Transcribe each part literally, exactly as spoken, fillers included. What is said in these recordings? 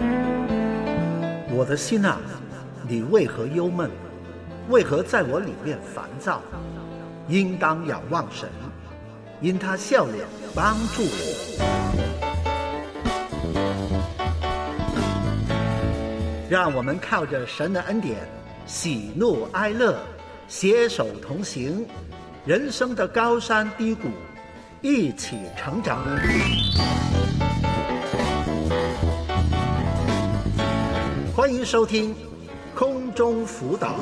我的心啊，你为何忧闷？为何在我里面烦躁？应当仰望神，因他笑脸帮助我。让我们靠着神的恩典，喜怒哀乐，携手同行，人生的高山低谷，一起成长。欢迎收听空中辅导。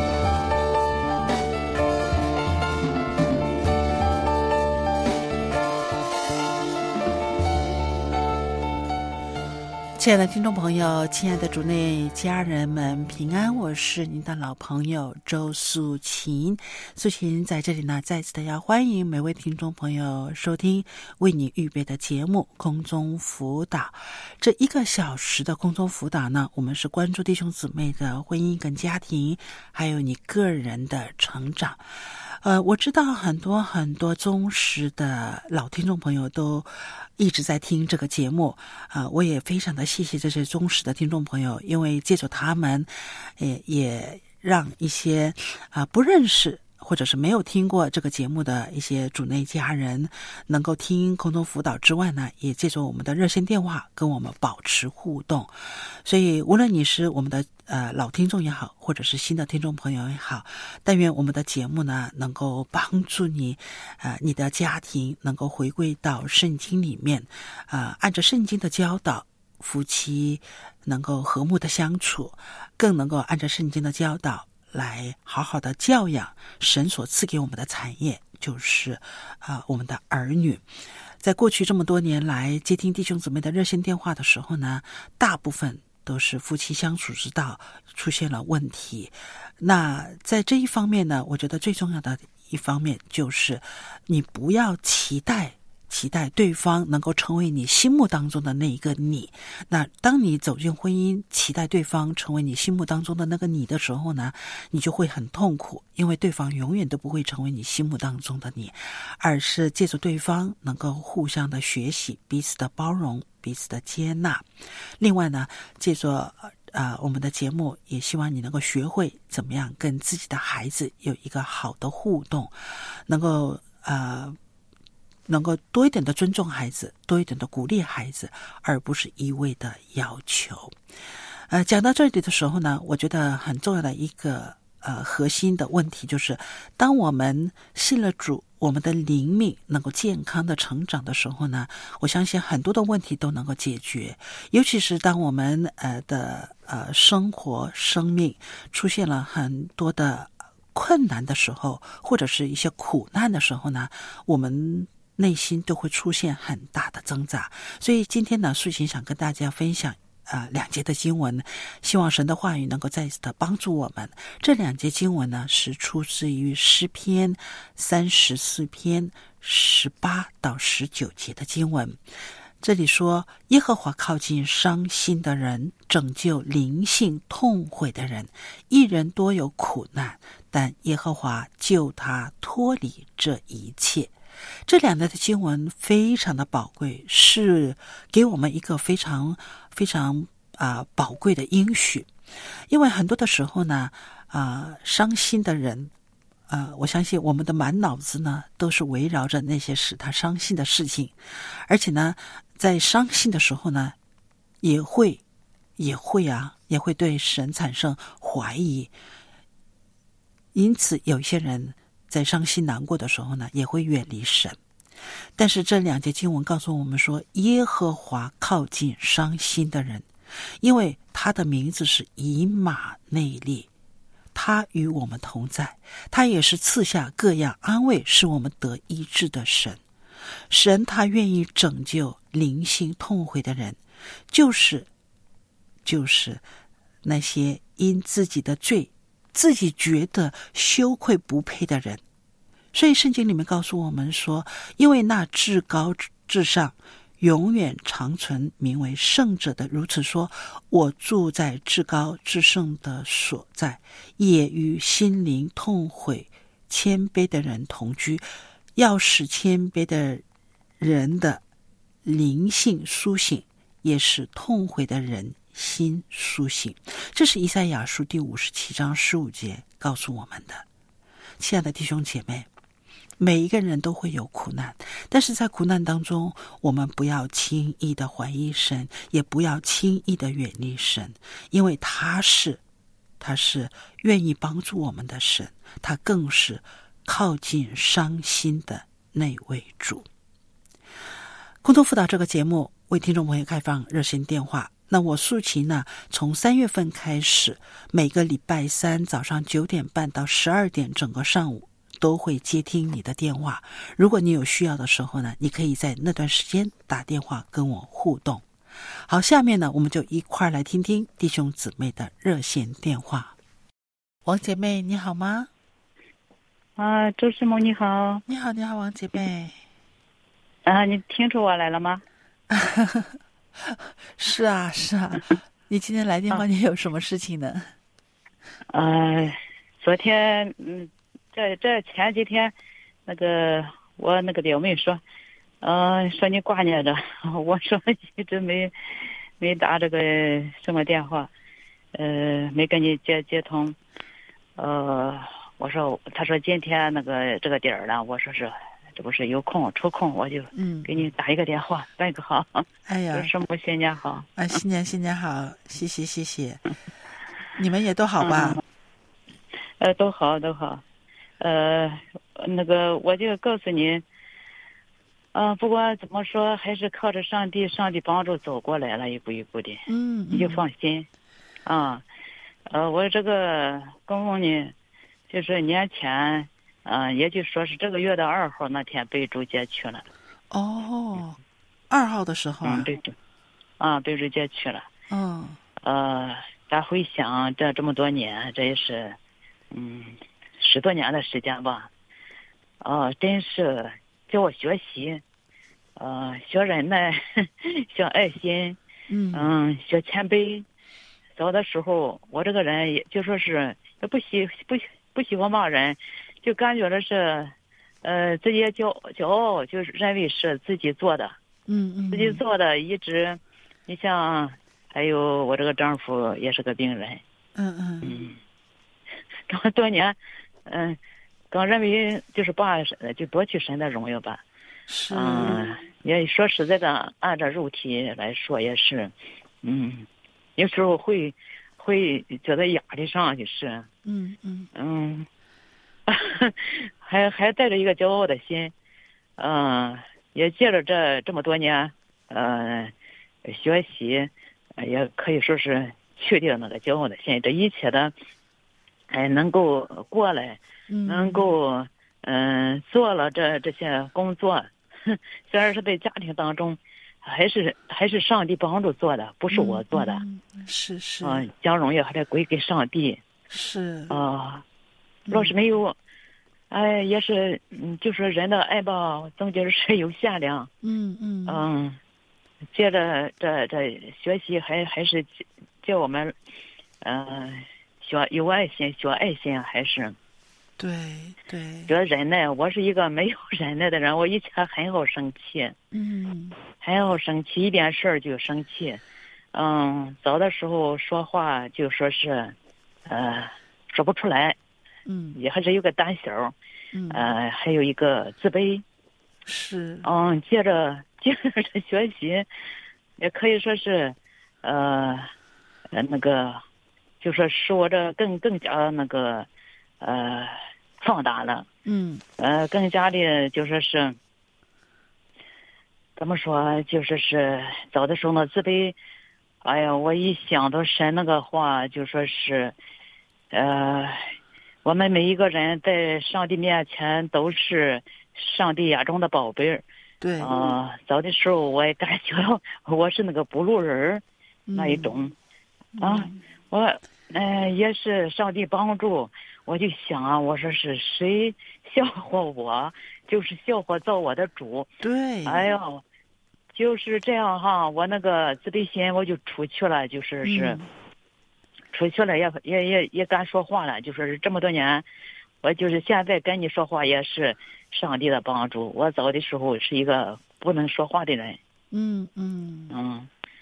亲爱的听众朋友，亲爱的主内家人们平安，我是您的老朋友周素琴。素琴在这里呢，再次的要欢迎每位听众朋友收听为你预备的节目空中辅导。这一个小时的空中辅导呢，我们是关注弟兄姊妹的婚姻跟家庭，还有你个人的成长。呃，我知道很多很多忠实的老听众朋友都一直在听这个节目，啊、呃，我也非常的谢谢这些忠实的听众朋友，因为借助他们，也也让一些啊、呃、不认识或者是没有听过这个节目的一些主内家人能够听空中辅导之外呢，也借助我们的热线电话跟我们保持互动。所以无论你是我们的呃老听众也好，或者是新的听众朋友也好，但愿我们的节目呢能够帮助你呃你的家庭能够回归到圣经里面，呃按照圣经的教导，夫妻能够和睦的相处，更能够按照圣经的教导来好好的教养神所赐给我们的产业，就是啊、呃、我们的儿女。在过去这么多年来接听弟兄姊妹的热线电话的时候呢，大部分都是夫妻相处之道出现了问题。那在这一方面呢，我觉得最重要的一方面就是你不要期待期待对方能够成为你心目当中的那一个你。那当你走进婚姻，期待对方成为你心目当中的那个你的时候呢，你就会很痛苦，因为对方永远都不会成为你心目当中的你，而是借助对方能够互相的学习，彼此的包容，彼此的接纳。另外呢，借助呃，我们的节目也希望你能够学会怎么样跟自己的孩子有一个好的互动，能够呃能够多一点的尊重孩子，多一点的鼓励孩子，而不是一味的要求。呃，讲到这里的时候呢，我觉得很重要的一个呃核心的问题就是，当我们信了主，我们的灵命能够健康的成长的时候呢，我相信很多的问题都能够解决。尤其是当我们呃的呃生活生命出现了很多的困难的时候，或者是一些苦难的时候呢，我们内心都会出现很大的挣扎。所以今天呢，素琴想跟大家分享呃两节的经文，希望神的话语能够再次的帮助我们。这两节经文呢，是出自于诗篇三十四篇十八到十九节的经文。这里说，耶和华靠近伤心的人，拯救灵性痛悔的人。一人多有苦难，但耶和华救他脱离这一切。这两段的经文非常的宝贵，是给我们一个非常非常啊、呃、宝贵的应许。因为很多的时候呢，啊、呃、伤心的人，呃，我相信我们的满脑子呢都是围绕着那些使他伤心的事情，而且呢，在伤心的时候呢，也会也会啊，也会对神产生怀疑。因此，有一些人在伤心难过的时候呢，也会远离神。但是这两节经文告诉我们说，耶和华靠近伤心的人，因为他的名字是以马内利，他与我们同在，他也是赐下各样安慰，使我们得医治的神。神他愿意拯救灵性痛悔的人，就是就是那些因自己的罪自己觉得羞愧不配的人。所以圣经里面告诉我们说，因为那至高至上永远长存名为圣者的如此说，我住在至高至圣的所在，也与心灵痛悔谦卑的人同居，要使谦卑的人的灵性苏醒，也使痛悔的人心苏醒。这是以赛亚书第五十七章十五节告诉我们的。亲爱的弟兄姐妹，每一个人都会有苦难，但是在苦难当中，我们不要轻易的怀疑神，也不要轻易的远离神，因为他是他是愿意帮助我们的神，他更是靠近伤心的那位主。共同辅导这个节目为听众朋友开放热线电话，那我素琴呢，从三月份开始，每个礼拜三早上九点半到十二点，整个上午都会接听你的电话。如果你有需要的时候呢，你可以在那段时间打电话跟我互动。好，下面呢，我们就一块来听听弟兄姊妹的热线电话。王姐妹你好吗？ 啊，周师母你好。 你好，你好，王姐妹。 啊，你听出我来了吗？ 是啊，是啊。你今天来电话，你有什么事情呢？ 呃，昨天，嗯，这这前几天，那个我那个表妹说，嗯、呃，说你挂念着，我说一直没没打这个什么电话，呃，没跟你接接通，呃，我说，他说今天那个这个点儿了，我说是。这不是有空抽空我就给你打一个电话，拜个好。 哎呀， 什么新年好啊！新年新年好，谢谢谢谢。你们也都好吧？ 嗯、呃，都好都好。呃，那个我就告诉你，啊、呃，不管怎么说，还是靠着上帝，上帝帮助走过来了，一步一步的。 嗯， 你就放心。啊，呃，我这个公公呢，就是年前。嗯、呃，也就说是这个月的二号那天被主接去了。 哦，二号的时候啊， 嗯，对对，啊，被主接去了。 嗯， 呃，咱回想这这么多年，这也是，嗯，十多年的时间吧。哦、呃，真是教我学习，呃，学忍耐，学爱心， 嗯嗯，学谦卑。早的时候，我这个人也就说是也不喜不不喜欢骂人。就感觉的是，呃，自己也骄骄傲，就是认为是自己做的， 嗯嗯， 自己做的一直，你像还有我这个丈夫也是个病人， 嗯嗯嗯，这么多年，嗯，刚认为就是把就夺取神的荣耀吧， 是， 嗯，也说实在的，按照肉体来说也是，嗯，有时候会会觉得压力上就是， 嗯嗯嗯。还还带着一个骄傲的心，嗯、呃，也借着这这么多年，呃，学习，也可以说是去掉那个骄傲的心。这一切的，哎，能够过来，能够嗯、呃、做了这这些工作，虽然是在家庭当中，还是还是上帝帮助做的，不是我做的。 嗯嗯、是是。 嗯、呃，将荣耀还得归给上帝。 是。 啊、呃。若是没有，哎，也是，嗯，就是人的爱吧，终究是有限量。 嗯嗯嗯，接着这这学习还还是叫我们，嗯、呃，学有爱心，学爱心还是。 对对。 学忍耐，我是一个没有忍耐的人，我以前很好生气。 嗯。 很好生气，一点事儿就生气。嗯，早的时候说话就说是，呃，说不出来。 嗯， 也还是有个胆小， 嗯， 呃，还有一个自卑， 是， 嗯，接着接着学习，也可以说是，呃，呃，那个，就说使我这更更加那个，呃，放大了， 嗯， 呃，更加的就说是，怎么说，就说是早的时候呢自卑，哎呀，我一想到神那个话，就说是，呃。我们每一个人在上帝面前都是上帝眼中的宝贝儿。 对。 啊、呃，早的时候我也感觉我是那个不路人那一种。嗯、啊，我嗯、呃、也是上帝帮助，我就想啊，我说是谁笑话我，就是笑话造我的主。 对。 哎呦，就是这样哈，我那个自卑心我就出去了，就是是。嗯出去了也也也也敢说话了，就说是这么多年，我就是现在跟你说话也是上帝的帮助。我早的时候是一个不能说话的人。 嗯嗯嗯，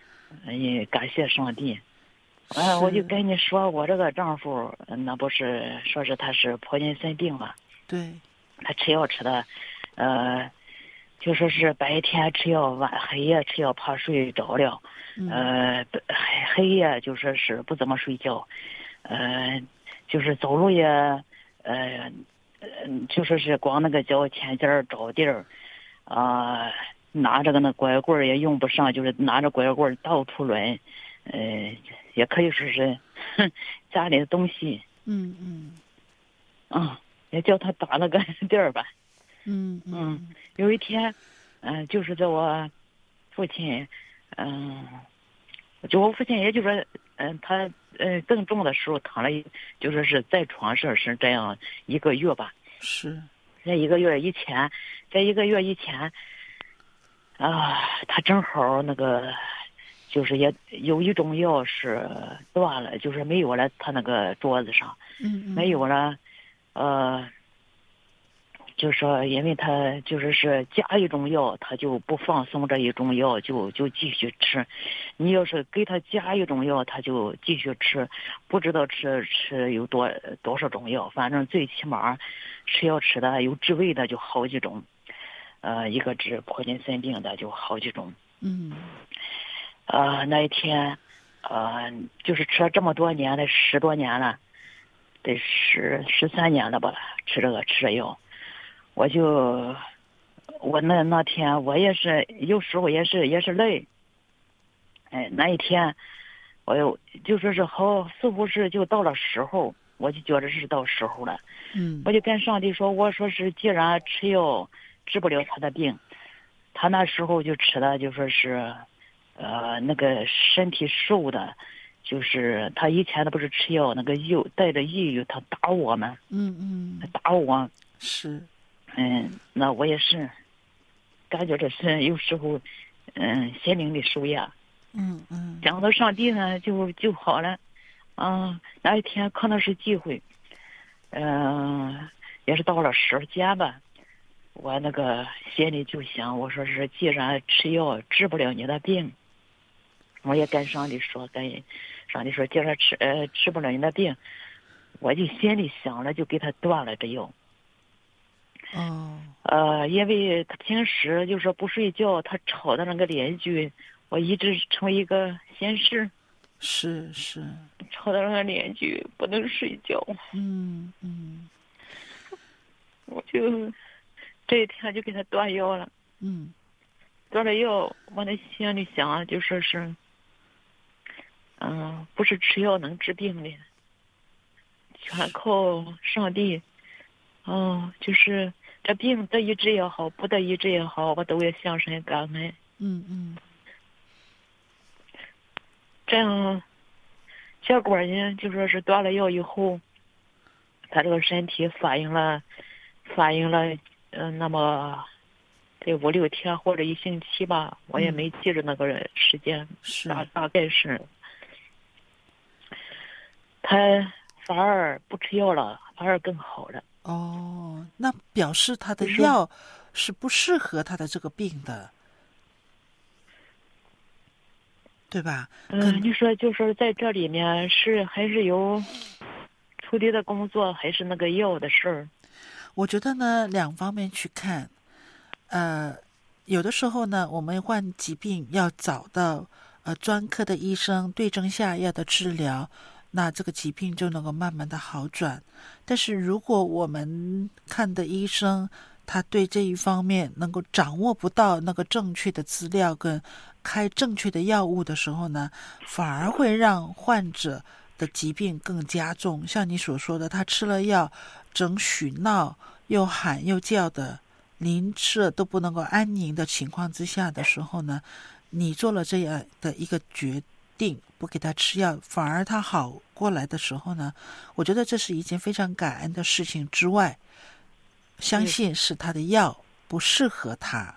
也感谢上帝。哎，我就跟你说，我这个丈夫那不是说是他是帕金森病嘛？ 对， 他吃药吃的，呃，就说是白天吃药，晚黑夜吃药怕睡着了， 嗯、 呃，黑黑夜就说是不怎么睡觉，呃，就是走路也，呃，就说是光那个脚前尖着地儿，啊、呃，拿着个那拐棍也用不上，就是拿着拐棍到处抡，呃。也可以说是家里的东西， 嗯嗯， 啊，也叫他打了个地儿吧， 嗯嗯，有一天，嗯、呃，就是在我父亲，嗯、呃，就我父亲，也就是说，嗯、呃，他呃更重的时候躺了，就说是在床上是这样一个月吧， 是， 在一个月以前，在一个月以前，啊，他正好那个。就是也有一种药是断了，就是没有了，他那个桌子上， 嗯嗯， 没有了，呃，就说因为他就是是加一种药，他就不放松这一种药，就就继续吃。你要是给他加一种药，他就继续吃，不知道吃吃有多多少种药，反正最起码吃药吃的有治胃的就好几种，呃，一个治帕金森病的就好几种， 嗯。 呃，那一天，呃，就是吃了这么多年了，十多年了，得十十三年了吧，吃这个吃这药，我就，我那那天我也是有时候也是也是累，哎，那一天，我又就说是好，似乎是就到了时候，我就觉得是到时候了， 嗯， 我就跟上帝说，我说是既然吃药治不了他的病，他那时候就吃的就说是。呃，那个身体瘦的，就是他以前的不是吃药，那个药带着抑郁，他打我嘛， 嗯嗯， 打我， 是， 嗯，那我也是，感觉这是有时候，嗯，心灵的受压， 嗯嗯， 讲到上帝呢，就就好了，啊，那一天可能是机会，嗯、呃，也是到了时间吧，我那个心里就想，我说是，既然吃药治不了你的病。我也跟上帝说，跟上帝说，既然吃呃吃不了你的病，我就心里想了，就给他断了这药。 哦， 呃，因为他平时就说不睡觉，他吵的那个邻居，我一直成为一个心事。 是是， 吵的那个邻居不能睡觉。 嗯嗯， 我就这一天就给他断药了。 嗯， 断了药，我那心里想就说是。嗯，不是吃药能治病的，全靠上帝。哦，就是这病得医治也好，不得医治也好，我都要向神感恩。 嗯嗯， 这样，结果呢，就说是断了药以后，他这个身体反应了，反应了，嗯、呃，那么得五六天或者一星期吧，我也没记着那个时间， 是大大概是。他反而不吃药了，反而更好了。 哦，那表示他的药是不适合他的这个病的，对吧？ 嗯，你说就说在这里面是还是有处理的工作，还是那个药的事儿？ 我觉得呢，两方面去看。呃，有的时候呢，我们患疾病要找到呃专科的医生对症下药的治疗。那这个疾病就能够慢慢的好转。但是如果我们看的医生他对这一方面能够掌握不到那个正确的资料跟开正确的药物的时候呢，反而会让患者的疾病更加重。像你所说的，他吃了药整许闹又喊又叫的，连吃了都不能够安宁的情况之下的时候呢，你做了这样的一个决定定不给他吃药，反而他好过来的时候呢，我觉得这是一件非常感恩的事情之外，相信是他的药不适合他。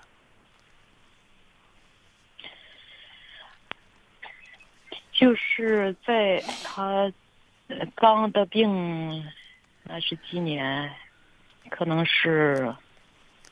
就是在他刚得病，那是几年，可能是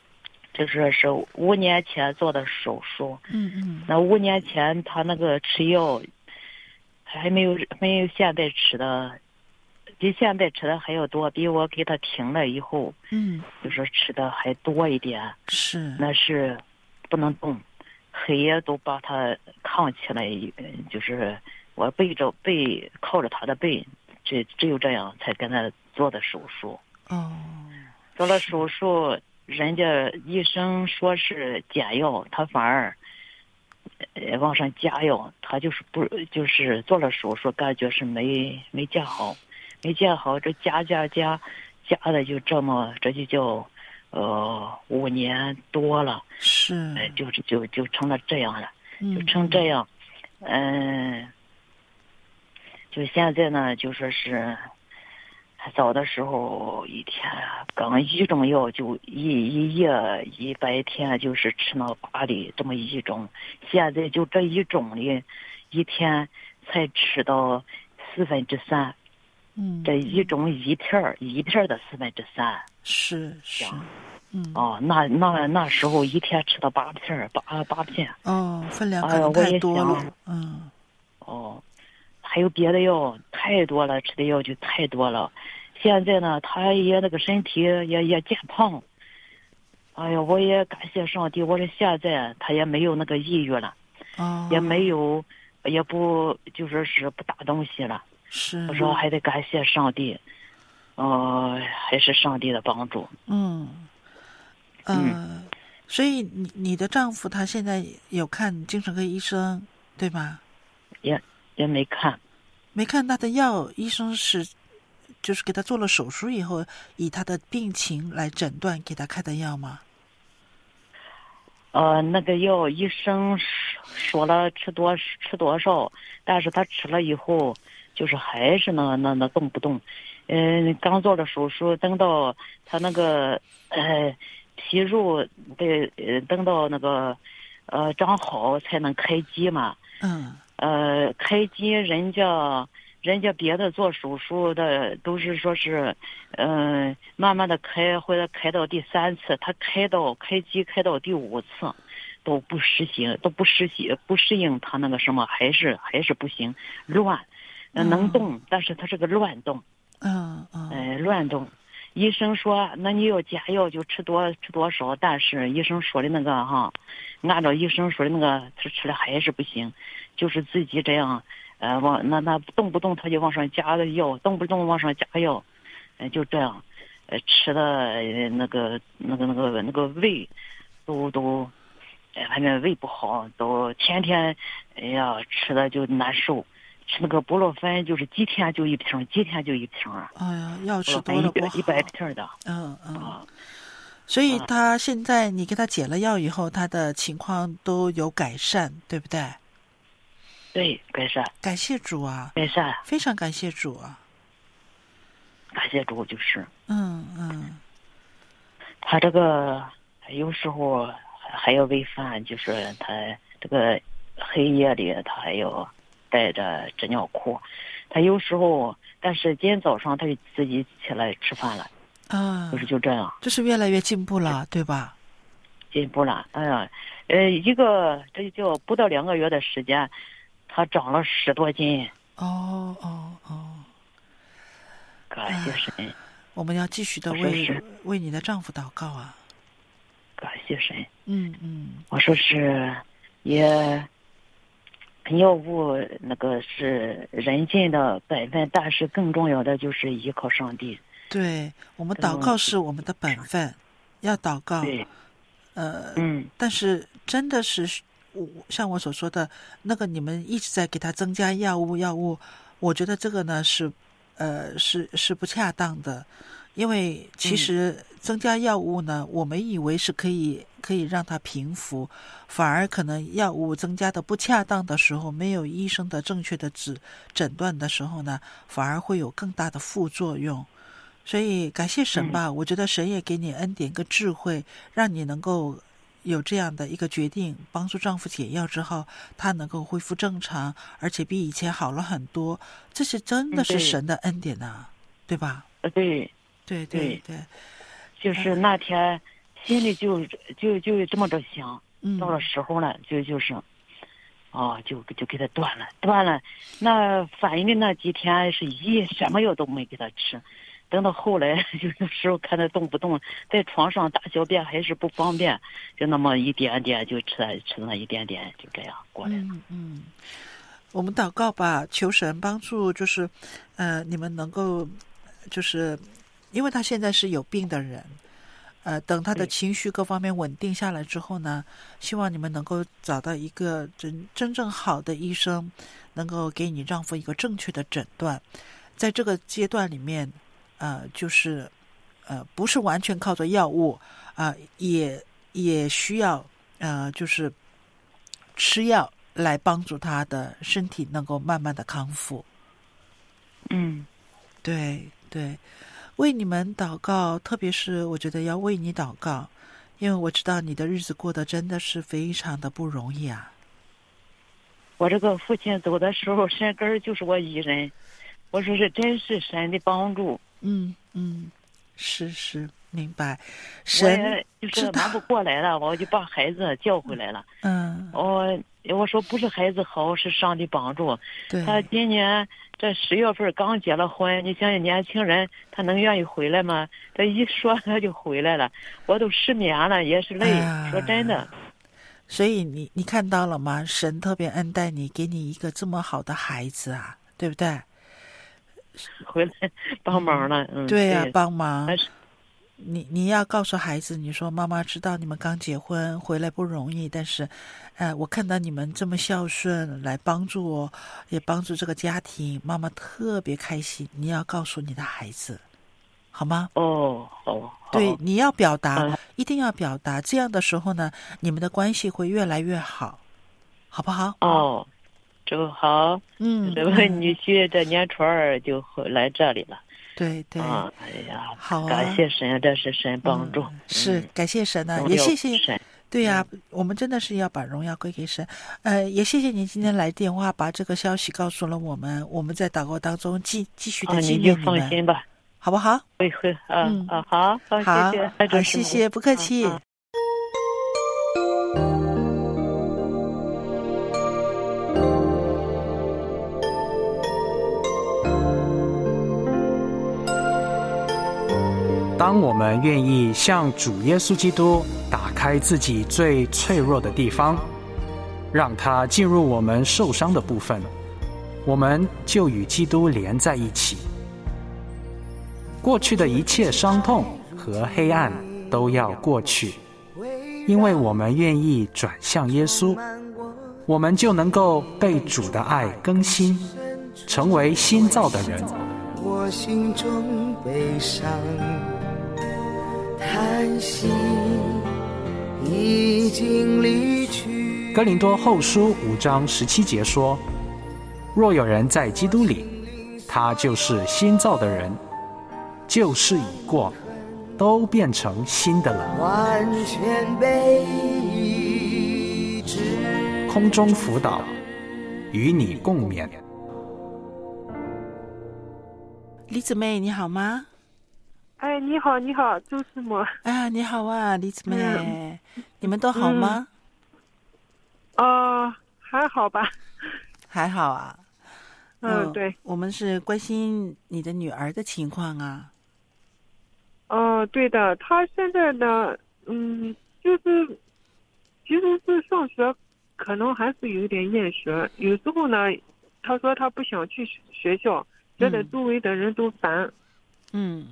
就是是五年前做的手术。 嗯嗯。 那五年前他那个吃药还没有没有现在吃的，比现在吃的还要多，比我给他停了以后， 嗯， 就说吃的还多一点。 是。 那是不能动，黑夜都把他扛起来，就是我背着背靠着他的背，只只有这样才跟他做的手术。 哦。 做了手术，人家医生说是减药，他反而呃往上加药，他就是不就是做了手术，感觉是没没加好，没加好，这加加加加的就这么，这就叫呃五年多了， 是， 呃、就是就就成了这样了， 嗯、 就成这样，嗯、呃，就现在呢，就说是。早的时候一天刚一种药就一一夜一白天就是吃那八粒这么一种，现在就这一种的，一天才吃到四分之三， 嗯， 这一种一片一片的四分之三， 是是，嗯， 哦，那那那时候一天吃到八片八八片， 哦，分量可能太多了， 哎、 嗯， 哦。还有别的药太多了，吃的药就太多了。现在呢，他也那个身体也也减胖。哎呀，我也感谢上帝，我说现在他也没有那个抑郁了， 哦， 也没有，也不就说是不打东西了。 是， 我说还得感谢上帝，呃，还是上帝的帮助。 嗯，呃、嗯，所以你你的丈夫他现在有看精神科医生对吧？ 也。也没看， 没看他的药，医生是就是给他做了手术以后，以他的病情来诊断给他开的药吗？ 呃，那个药医生说了吃多吃多少，但是他吃了以后，就是还是那那那动不动，嗯、呃，刚做了手术，等到他那个呃皮肉得呃等到那个呃长好才能开机嘛， 嗯。 呃，开机人家，人家别的做手术的都是说是，嗯、呃，慢慢的开，或者开到第三次，他开到开机开到第五次，都不实行，都不实行，不适应他那个什么，还是还是不行，乱，呃、能动，嗯、但是他是个乱动， 嗯嗯， 哎、呃，乱动。医生说，那你要加药就吃多吃多少，但是医生说的那个哈，按照医生说的那个，他吃的还是不行，就是自己这样，呃，往那那动不动他就往上加个药，动不动往上加个药，呃，就这样，呃，吃的、呃、那个那个那个那个胃都都，呃，反正胃不好，都天天，哎呀，吃的就难受。吃那个布洛芬就是几天就一瓶，几天就一瓶啊！ 哎呀，药吃多了不好。 一百瓶的。 嗯嗯。啊、所以他现在你给他减了药以后，他的情况都有改善，对不对？ 对，改善。 感谢主啊！ 改善。 非常感谢主啊！ 感谢主就是。 嗯嗯。 他这个有时候还要喂饭，就是他这个黑夜里他还要。带着纸尿裤，他有时候，但是今天早上他就自己起来吃饭了， 啊， 就是就这样， 这是越来越进步了，对吧？ 进步了，哎呀，呃，一个这就叫不到两个月的时间，他长了十多斤。 哦哦哦， 感谢神、啊， 我们要继续的为为你的丈夫祷告啊！ 感谢神， 嗯嗯， 我说是也。药物那个是人尽的本分，但是更重要的就是依靠上帝。 对，我们祷告是我们的本分，嗯、要祷告。 对， 呃， 嗯， 但是真的是，我像我所说的那个，你们一直在给他增加药物，药物，我觉得这个呢是，呃，是是不恰当的，因为其实增加药物呢，嗯、我们以为是可以可以让它平复。反而可能药物增加的不恰当的时候，没有医生的正确的诊诊断的时候呢，反而会有更大的副作用。所以感谢神吧，嗯、我觉得神也给你恩典跟智慧，让你能够有这样的一个决定，帮助丈夫减药之后，他能够恢复正常，而且比以前好了很多。这是真的是神的恩典啊，对吧？ 呃，对， 对对对， 就是那天。 心里就就就这么着想， 嗯， 到了时候呢，就就是哦，就就给他断了，断了。那反应的那几天是一什么药都没给他吃，等到后来就有时候看他动不动，在床上大小便还是不方便，就那么一点点就吃吃那一点点，就这样过来了。 嗯嗯，我们祷告吧，求神帮助，就是呃，你们能够，就是因为他现在是有病的人。呃，等他的情绪各方面稳定下来之后呢，希望你们能够找到一个真真正好的医生，能够给你丈夫一个正确的诊断。在这个阶段里面，呃，就是呃，不是完全靠着药物啊、呃，也也需要呃，就是吃药来帮助他的身体能够慢慢的康复。 嗯， 对对。为你们祷告，特别是我觉得要为你祷告，因为我知道你的日子过得真的是非常的不容易啊。 我这个父亲走的时候，神根儿就是我一人，我说是真是神的帮助。 嗯嗯，是是，明白。神就是忙不过来了，我就把孩子叫回来了。 嗯， 我我说不是孩子好，是上帝帮助。 对， 他今年这十月份刚结了婚，你想想年轻人，他能愿意回来吗？他一说他就回来了，我都失眠了，也是累。啊、说真的。 所以你你看到了吗？神特别恩待你，给你一个这么好的孩子啊，对不对？ 回来帮忙了，嗯， 对呀、啊，帮忙。你你要告诉孩子，你说妈妈知道你们刚结婚回来不容易，但是，呃，我看到你们这么孝顺，来帮助我，也帮助这个家庭，妈妈特别开心。你要告诉你的孩子，好吗？ 哦，好， 对，你要表达， 嗯、 一定要表达。这样的时候呢，你们的关系会越来越好，好不好？ 哦，这个好， 嗯， 这个女婿这年初二就来这里了。 对对， 啊，哎呀， 好啊， 感谢神，这是神帮助， 嗯、是感谢神呢、啊， 嗯、 也谢谢神。 对呀、啊嗯，我们真的是要把荣耀归给神。呃，也谢谢您今天来电话，把这个消息告诉了我们，我们在祷告当中继继续的纪念你们。 啊、你就放心吧， 好不好？ 会会啊、 嗯、 啊，好，好， 好， 谢谢， 好，谢谢，不客气。 啊啊当我们愿意向主耶稣基督打开自己最脆弱的地方，让他进入我们受伤的部分，我们就与基督连在一起。过去的一切伤痛和黑暗都要过去，因为我们愿意转向耶稣，我们就能够被主的爱更新，成为新造的人。 我心中悲伤叹息已经离去。 哥林多后书五章十七节说，若有人在基督里，他就是新造的人，旧事已过，都变成新的了。 完全被医治。 空中辅导，与你共勉。 李姊妹你好吗？ 哎，你好，你好，周师母。 啊，你好啊，李姊妹，嗯、你们都好吗？ 哦、嗯呃，还好吧。 还好啊。 嗯，呃、对。 我们是关心你的女儿的情况啊。 哦、呃，对的，她现在呢，嗯，就是其实是上学，可能还是有点厌学。有时候呢，她说她不想去学校，觉得周围的人都烦。 嗯。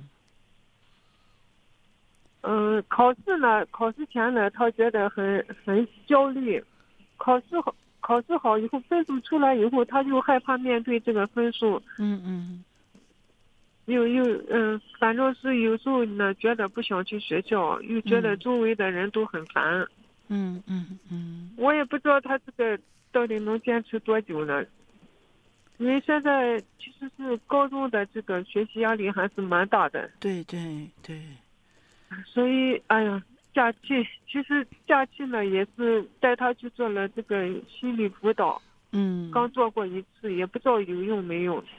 嗯，考试呢，考试前呢，他觉得很很焦虑。考试好，考试好以后，分数出来以后，他就害怕面对这个分数。 嗯嗯。 又又嗯，反正是有时候呢，觉得不想去学校，又觉得周围的人都很烦。 嗯嗯嗯。 我也不知道他这个到底能坚持多久呢？因为现在其实是高中的这个学习压力还是蛮大的。 对对对。 所以，哎呀，假期其实假期呢也是带他去做了这个心理辅导， 嗯， 刚做过一次，也不知道有用没用。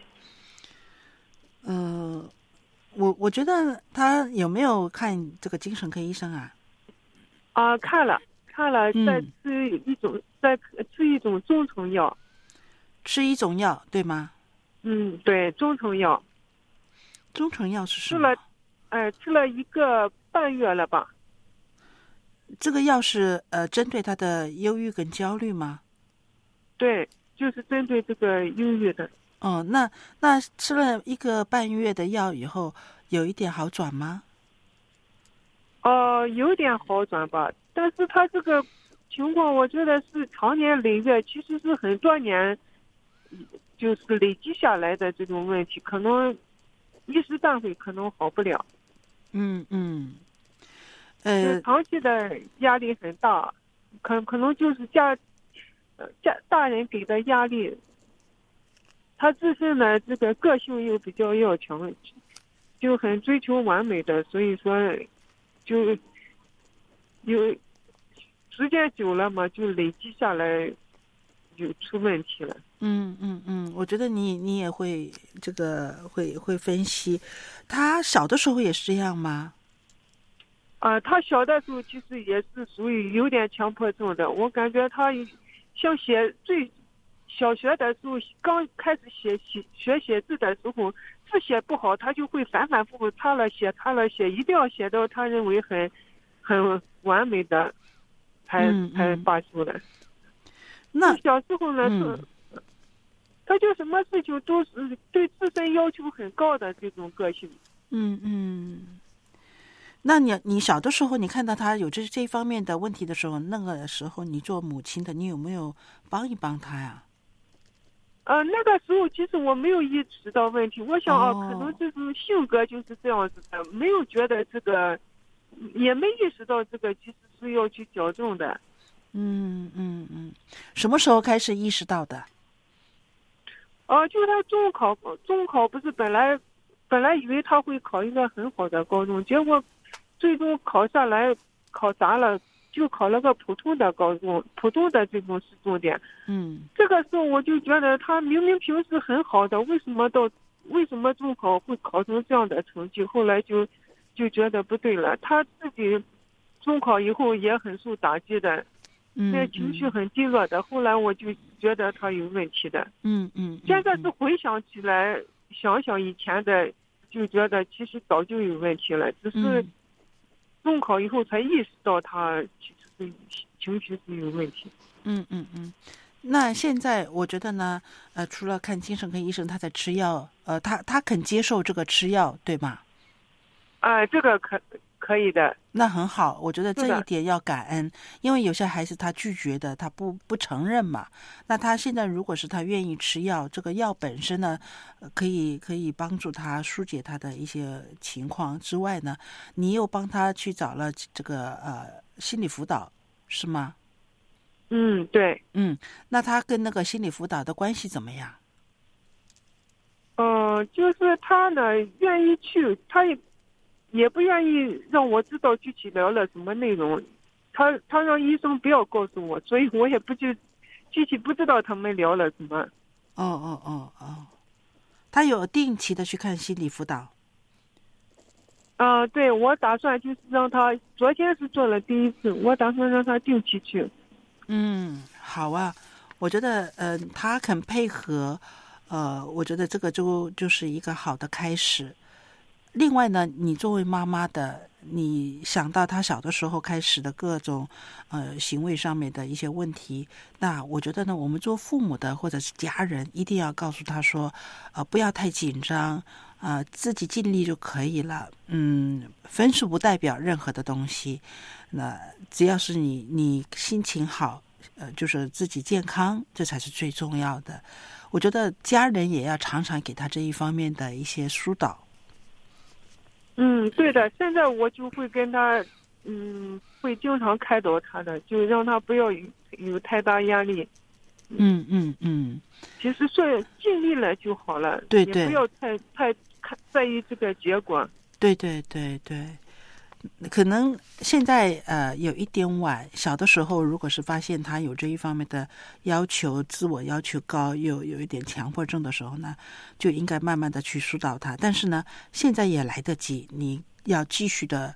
呃，我我觉得他有没有看这个精神科医生啊？ 啊，看了看了， 嗯再吃一种，再吃一种中成药。 吃一种药对吗？ 嗯，对，中成药中成药是什么？ 吃了，哎、吃了一个半月了吧？ 这个药是呃针对他的忧郁跟焦虑吗？ 对，就是针对这个忧郁的。 哦，那那吃了一个半月的药以后，有一点好转吗？ 哦、有点好转吧，但是他这个情况，我觉得是常年累月，其实是很多年，就是累积下来的这种问题，可能一时半会可能好不了。 嗯嗯， 就呃， 长期的压力很大，可可能就是家，呃家大人给的压力，他自身呢这个个性又比较要强，就很追求完美的，所以说就有时间久了嘛，就累积下来就出问题了。 嗯嗯嗯，我觉得你你也会这个会会分析，他小的时候也是这样吗？ 啊、他小的时候其实也是属于有点强迫症的，我感觉他像写最小学的时候刚开始写写学写字的时候，字写不好，他就会反反复复擦了写擦了写，一定要写到他认为很很完美的才嗯嗯才罢休的。 那小时候呢， 嗯是他就什么事情都是对自身要求很高的这种个性。 嗯嗯，那你你小的时候，你看到他有这这方面的问题的时候，那个时候你做母亲的，你有没有帮一帮他呀？ 呃，那个时候其实我没有意识到问题，我想啊， 哦可能这种性格就是这样子的，没有觉得这个，也没意识到这个其实是要去矫正的。 嗯嗯嗯，什么时候开始意识到的？ 啊，就他中考，中考不是本来本来以为他会考一个很好的高中，结果最终考下来考砸了，就考了个普通的高中，普通的这种市重点。 嗯这个时候我就觉得他明明平时很好的，为什么到为什么中考会考成这样的成绩？后来就就觉得不对了，他自己中考以后也很受打击的， 嗯， 那情绪很低落的。后来我就觉得他有问题的。 嗯嗯，嗯现在是回想起来，想想以前的，就觉得其实早就有问题了，只是嗯中考以后才意识到他其实是情绪是有问题。 嗯嗯嗯。那现在我觉得呢，呃，除了看精神科医生，他在吃药，呃，他他肯接受这个吃药，对吗？ 啊、这个可可以的。 那很好，我觉得这是的一点要感恩，因为有些孩子他拒绝的，他不不承认嘛。那他现在如果是他愿意吃药，这个药本身呢，呃可以可以帮助他疏解他的一些情况之外呢，你又帮他去找了这个呃心理辅导，是吗？ 嗯，对。 嗯，那他跟那个心理辅导的关系怎么样？ 嗯、就是他呢愿意去，他也也不愿意让我知道具体聊了什么内容，他他让医生不要告诉我，所以我也不就具体不知道他们聊了什么。 哦哦哦哦，他有定期的去看心理辅导。 啊、对，我打算就是让他，昨天是做了第一次，我打算让他定期去。 嗯，好啊，我觉得，嗯、呃，他肯配合，呃，我觉得这个就就是一个好的开始。另外呢，你作为妈妈的，你想到他小的时候开始的各种呃行为上面的一些问题，那我觉得呢，我们做父母的或者是家人，一定要告诉他说，呃，不要太紧张，呃，自己尽力就可以了。嗯，分数不代表任何的东西，那只要是你你心情好，呃，就是自己健康，这才是最重要的。我觉得家人也要常常给他这一方面的一些疏导。 嗯，对的，现在我就会跟他，嗯，会经常开导他的，就让他不要有有太大压力。 嗯嗯嗯， 其实说尽力了就好了， 对对也不要太太看在意这个结果。 对对对对，可能现在呃有一点晚，小的时候如果是发现他有这一方面的要求，自我要求高，又有一点强迫症的时候呢，就应该慢慢的去疏导他。但是呢，现在也来得及，你要继续的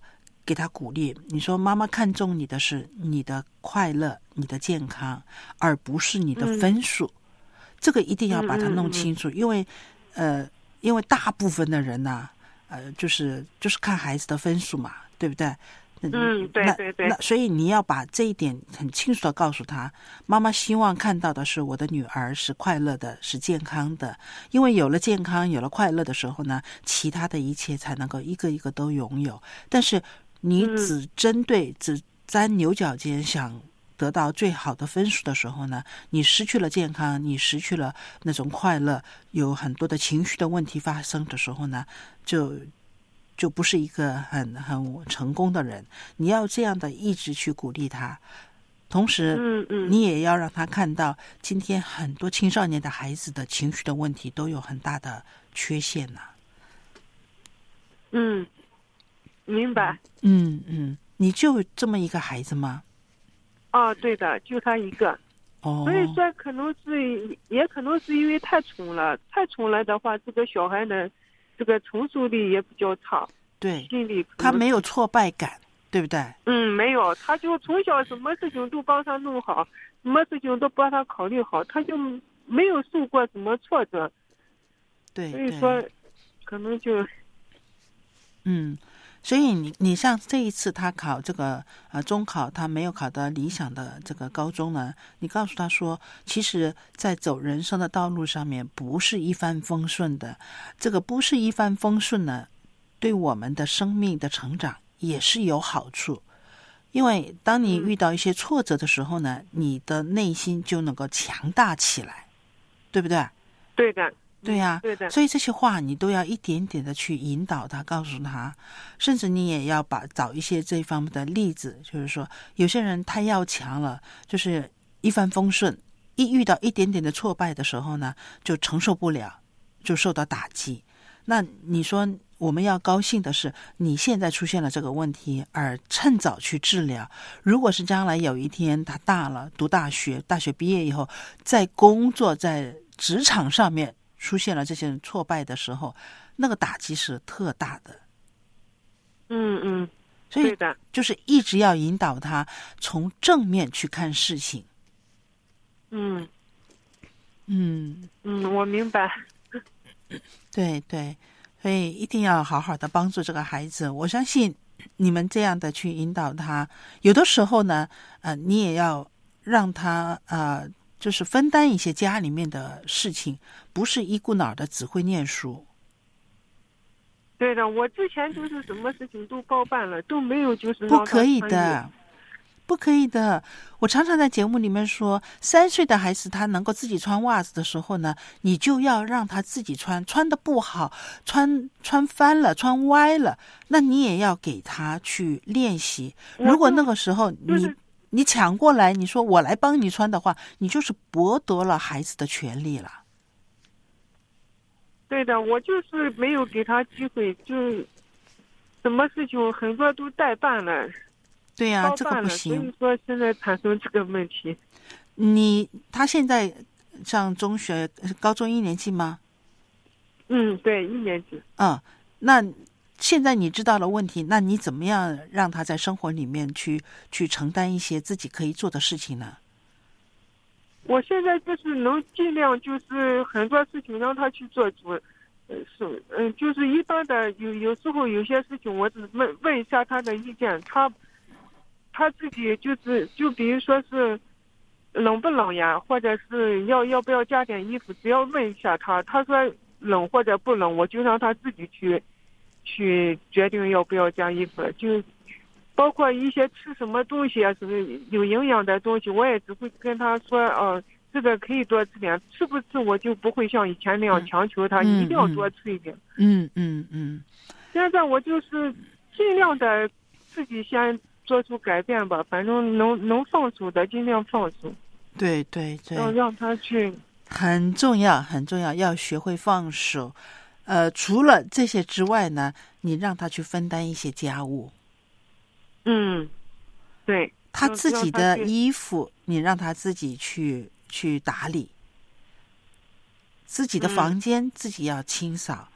给他鼓励，你说妈妈看重你的是你的快乐、你的健康，而不是你的分数。嗯、这个一定要把它弄清楚，嗯嗯嗯因为呃，因为大部分的人呢、啊，呃，就是就是看孩子的分数嘛，对不对？ 嗯，对对对。 那所以你要把这一点很清楚的告诉他，妈妈希望看到的是我的女儿是快乐的，是健康的。因为有了健康，有了快乐的时候呢，其他的一切才能够一个一个都拥有。但是你只针对、嗯、只钻牛角尖，想得到最好的分数的时候呢，你失去了健康，你失去了那种快乐，有很多的情绪的问题发生的时候呢，就。就不是一个很很成功的人。你要这样的一直去鼓励他，同时嗯嗯你也要让他看到今天很多青少年的孩子的情绪的问题都有很大的缺陷呢、啊。 嗯，明白。 嗯嗯，你就这么一个孩子吗？ 哦，对的，就他一个。 哦， 所以说可能是也可能是因为太宠了，太宠了的话，这个小孩呢这个承受力也比较差， 对， 心里他没有挫败感，对不对？ 嗯，没有，他就从小什么事情都帮他弄好，什么事情都帮他考虑好，他就没有受过什么挫折。 对， 所以说，可能就， 嗯，所以你你像这一次他考这个呃中考，他没有考到理想的这个高中呢，你告诉他说，其实在走人生的道路上面不是一帆风顺的，这个不是一帆风顺呢，对我们的生命的成长也是有好处。因为当你遇到一些挫折的时候呢，嗯、你的内心就能够强大起来，对不对？ 对的。 对呀、啊， 对的。 所以这些话你都要一点点的去引导他，告诉他，甚至你也要把找一些这方面的例子，就是说有些人太要强了，就是一帆风顺，一遇到一点点的挫败的时候呢，就承受不了，就受到打击。那你说我们要高兴的是，你现在出现了这个问题，而趁早去治疗。如果是将来有一天他大了，读大学，大学毕业以后，在工作在职场上面出现了这些挫败的时候，那个打击是特大的。 嗯嗯， 所以就是一直要引导他从正面去看事情。 嗯嗯嗯，我明白。 对对，所以一定要好好的帮助这个孩子。我相信你们这样的去引导他，有的时候呢，呃，你也要让他呃。就是分担一些家里面的事情，不是一股脑的只会念书。 对的，我之前就是什么事情都包办了，都没有就是不可以的，不可以的。我常常在节目里面说，三岁的孩子他能够自己穿袜子的时候呢，你就要让他自己穿，穿得不好，穿穿翻了，穿歪了，那你也要给他去练习。如果那个时候你、就是你抢过来，你说我来帮你穿的话，你就是剥夺了孩子的权利了。 对的，我就是没有给他机会，就什么事情很多都代办了。 对呀、啊，这个不行。 所以说现在产生这个问题。 你他现在上中学高中一年级吗？ 嗯，对，一年级。 嗯，那。现在你知道了问题，那你怎么样让他在生活里面去去承担一些自己可以做的事情呢？ 我现在就是能尽量就是很多事情让他去做主，呃是嗯，就是一般的有有时候有些事情我只问问一下他的意见，他他自己就是就比如说是冷不冷呀，或者是要要不要加点衣服，只要问一下他，他说冷或者不冷，我就让他自己去。去决定要不要加衣服，就包括一些吃什么东西啊，什么有营养的东西，我也只会跟他说，哦、呃，这个可以多吃点，吃不吃我就不会像以前那样强求他， 嗯、 一定要多吃一点。 嗯嗯嗯。 现在我就是尽量的自己先做出改变吧，反正能能放手的尽量放手。 对对对。 要让他去。 很重要，很重要，要学会放手。呃，除了这些之外呢，你让他去分担一些家务。 嗯，对， 他自己的衣服，你让他自己去去打理。自己的房间、嗯、自己要清扫。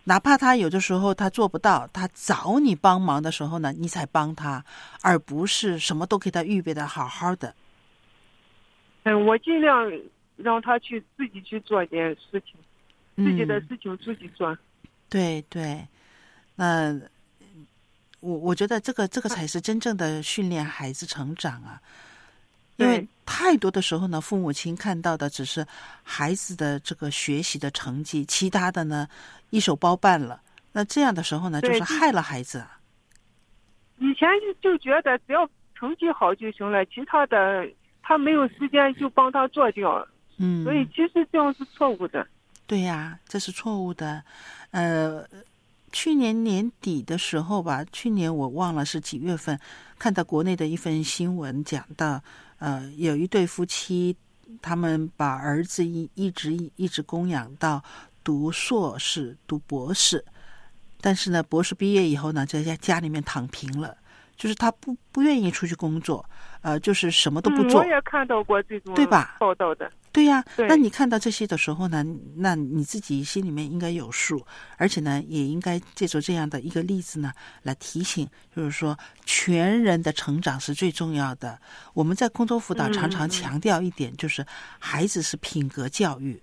哪怕他有的时候他做不到，他找你帮忙的时候呢，你才帮他，而不是什么都给他预备的好好的。 嗯，我尽量让他去自己去做点事情，自己的事情自己做。 嗯、对对，那我我觉得这个这个才是真正的训练孩子成长啊。因为太多的时候呢，父母亲看到的只是孩子的这个学习的成绩，其他的呢一手包办了。那这样的时候呢，就是害了孩子。 以前就觉得只要成绩好就行了，其他的他没有时间就帮他做掉。 嗯， 所以其实这样是错误的。 对呀，这是错误的。呃，去年年底的时候吧，去年我忘了是几月份，看到国内的一份新闻讲到。呃，有一对夫妻，他们把儿子一一直一直供养到读硕士、读博士，但是呢，博士毕业以后呢，在家家里面躺平了，就是他不不愿意出去工作，呃，就是什么都不做。 嗯、我也看到过这种对吧？ 报道的。 对呀、 对， 那你看到这些的时候呢，那你自己心里面应该有数，而且呢，也应该借助这样的一个例子呢，来提醒，就是说，全人的成长是最重要的。我们在空中辅导常常强调一点，就是孩子是品格教育，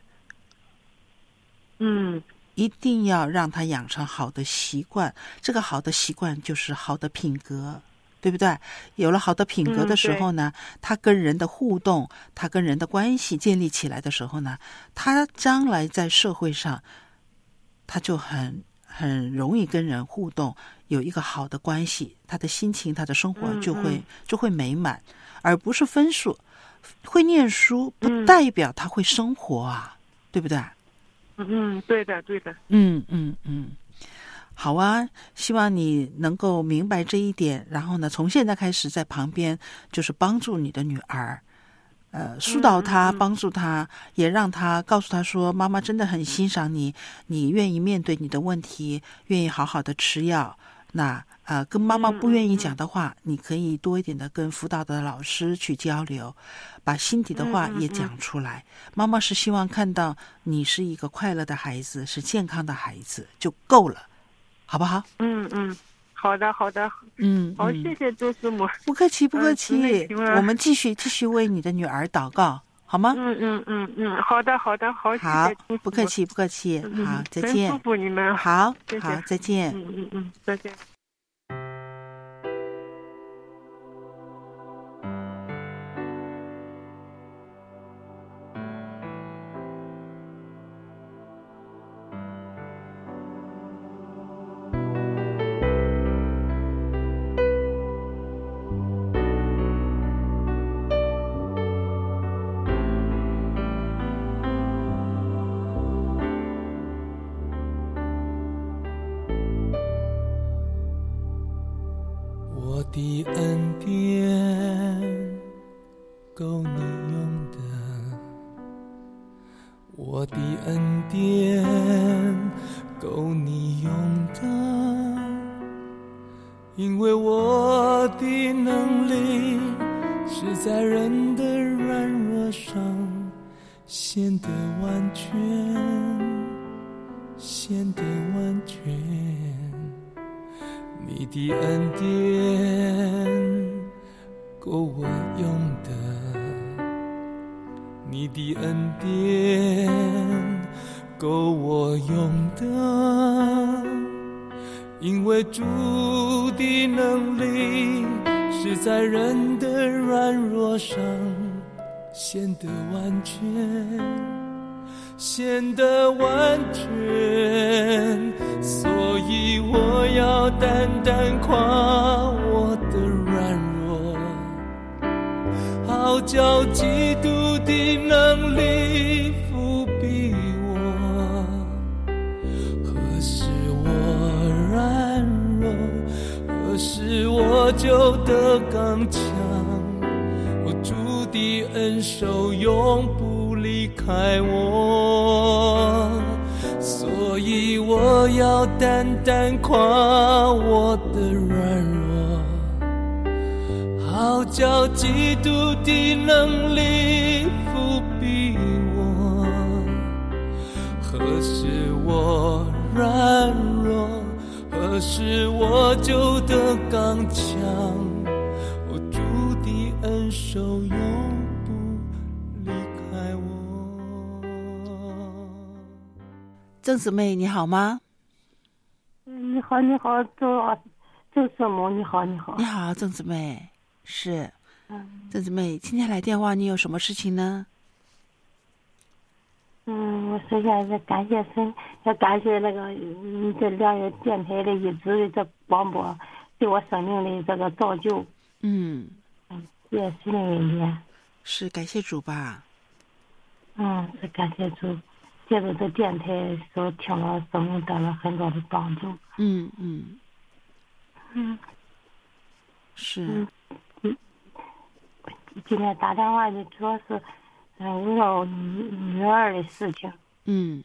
嗯， 一定要让他养成好的习惯，这个好的习惯就是好的品格。对不对？有了好的品格的时候呢，嗯、他跟人的互动，他跟人的关系建立起来的时候呢，他将来在社会上，他就很很容易跟人互动，有一个好的关系，他的心情、他的生活就会、嗯嗯、就会美满，而不是分数。会念书不代表他会生活啊，嗯、对不对？ 嗯嗯，对的，对的。 嗯嗯嗯。好啊，希望你能够明白这一点，然后呢，从现在开始在旁边就是帮助你的女儿，呃，疏导她，帮助她，也让她告诉她说，妈妈真的很欣赏你，你愿意面对你的问题，愿意好好的吃药。那呃，跟妈妈不愿意讲的话，你可以多一点的跟辅导的老师去交流，把心底的话也讲出来。妈妈是希望看到你是一个快乐的孩子，是健康的孩子就够了。好不好？ 嗯嗯，好的好的， 嗯， 好，谢谢周师母。 不客气不客气， 嗯、 我们继续继续为你的女儿祷告，好吗？ 嗯嗯嗯嗯，好的好的好， 好， 谢谢不客气不客气， 嗯、 好，再见。 祝福你们。 好， 谢谢好，再见。 嗯嗯嗯，再见。 我的恩典够你用的，我的恩典够你用的，因为我的能力是在人的软弱上显得完全，显得完全。你的恩典够我用的，你的恩典够我用的，因为主的能力是在人的软弱上显得完全，显得完全，所以我要单单夸我的软弱，好叫基督的能力覆庇我。何时我软弱，何时我就得刚强，我主的恩手永不离开我，所以我要单单夸我的软弱，好叫基督的能力覆庇我。 何时我软弱，何时我就得刚强，我主的恩手永不离开我。 郑姊妹你好吗？ 你好，你好，周周师母，你好，你好， 你好，郑姊妹，是， 嗯， 郑姊妹，今天来电话，你有什么事情呢？ 嗯，我首先是感谢神，也感谢那个你这两个电台的一直的这广播对我生命的这个造就。 嗯， 嗯，也是那一年。 是感谢主吧？ 嗯，是感谢主，借着这电台所听了生命得了很多的帮助。 嗯嗯嗯， 是。 嗯嗯，今天打电话就主要是。嗯，围绕女女儿的事情。 嗯，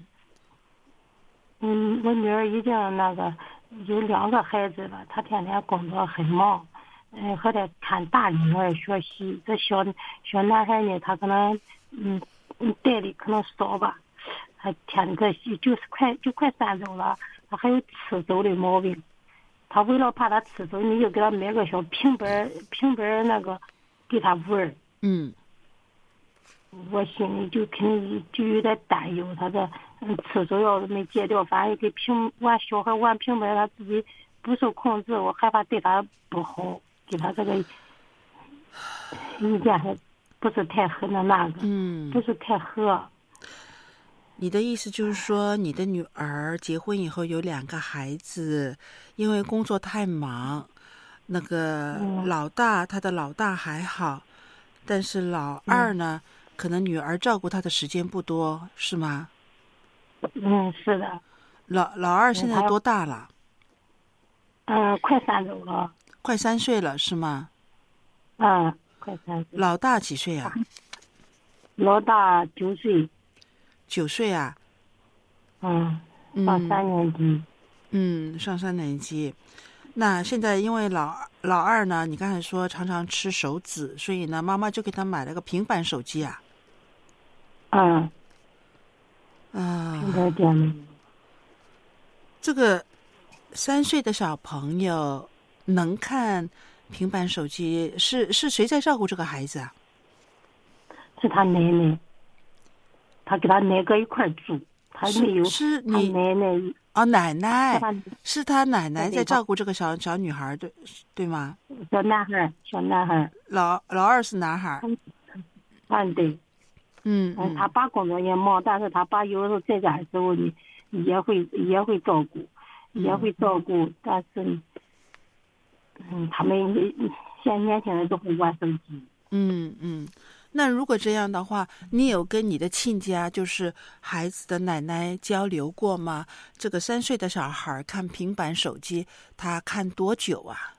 嗯，我女儿已经那个有两个孩子了，她天天工作很忙，嗯，还得看大女儿学习。这小小男孩呢，他可能嗯嗯带的可能少吧，他天这就是快就快三周了，他还有吃走的毛病。他为了怕他吃走，你就给他买个小平板平板那个给他玩。 嗯。 我心里就肯定就有点担忧，他这嗯吃手要是没戒掉，反正给平玩小孩玩平板，他自己不受控制，我害怕对他不好，给他这个意见还不是太合那那个， 嗯， 不是太合。 你的意思就是说，你的女儿结婚以后有两个孩子，因为工作太忙，那个老大他的老大还好，但是老二呢？嗯可能女儿照顾他的时间不多，是吗？ 嗯，是的。 老老二现在多大了？ 嗯，快三周了。 快三岁了，是吗？ 嗯，快三岁。 老大几岁啊？ 老大九岁。 九岁啊？ 嗯，上三年级。 嗯，上三年级。那现在因为老老二呢，你刚才说常常吃手指，所以呢，妈妈就给他买了个平板手机啊。 嗯， 啊， 平板电脑。 这个三岁的小朋友能看平板手机，是是谁在照顾这个孩子啊？ 是他奶奶，他给他奶哥一块住，他没有。 是你奶奶哦，奶奶是他奶奶在照顾这个小小女孩，对对吗？ 小男孩，小男孩。 老老二是男孩。 嗯，对。 嗯嗯，他爸工作也忙，但是他爸有时候在家的时候呢，也会也会照顾，也会照顾，但是，嗯，他们现年轻人都会玩手机。 嗯嗯，那如果这样的话，你有跟你的亲家，就是孩子的奶奶交流过吗？这个三岁的小孩看平板手机，他看多久啊？